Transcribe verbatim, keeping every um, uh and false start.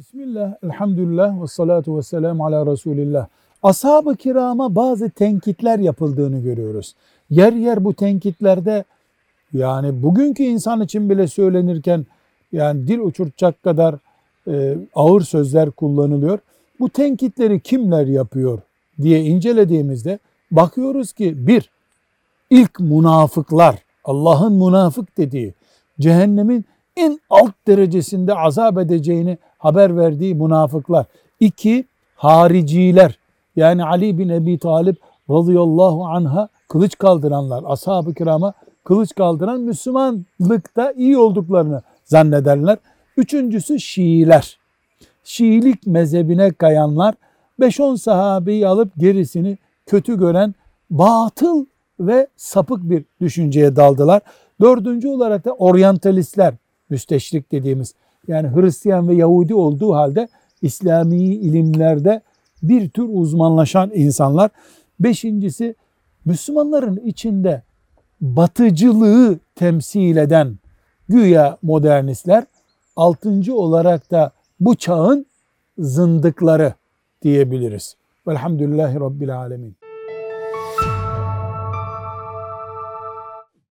Bismillah, elhamdülillah ve salatu ve selamu ala Resulillah. Ashab-ı kirama bazı tenkitler yapıldığını görüyoruz. Yer yer bu tenkitlerde yani bugünkü insan için bile söylenirken yani dil uçurtacak kadar e, ağır sözler kullanılıyor. Bu tenkitleri kimler yapıyor diye incelediğimizde bakıyoruz ki bir, ilk münafıklar, Allah'ın münafık dediği, cehennemin en alt derecesinde azap edeceğini haber verdiği münafıklar. İki, hariciler, yani Ali bin Ebi Talib radıyallahu anh'a kılıç kaldıranlar, ashab-ı kirama kılıç kaldıran, Müslümanlıkta iyi olduklarını zannederler. Üçüncüsü Şiiler. Şiilik mezhebine kayanlar, beş on sahabeyi alıp gerisini kötü gören batıl ve sapık bir düşünceye daldılar. Dördüncü olarak da oryantalistler, müsteşrik dediğimiz, yani Hristiyan ve Yahudi olduğu halde İslami ilimlerde bir tür uzmanlaşan insanlar. Beşincisi, Müslümanların içinde batıcılığı temsil eden güya modernistler. Altıncı olarak da bu çağın zındıkları diyebiliriz. Velhamdülillahi Rabbil Alemin.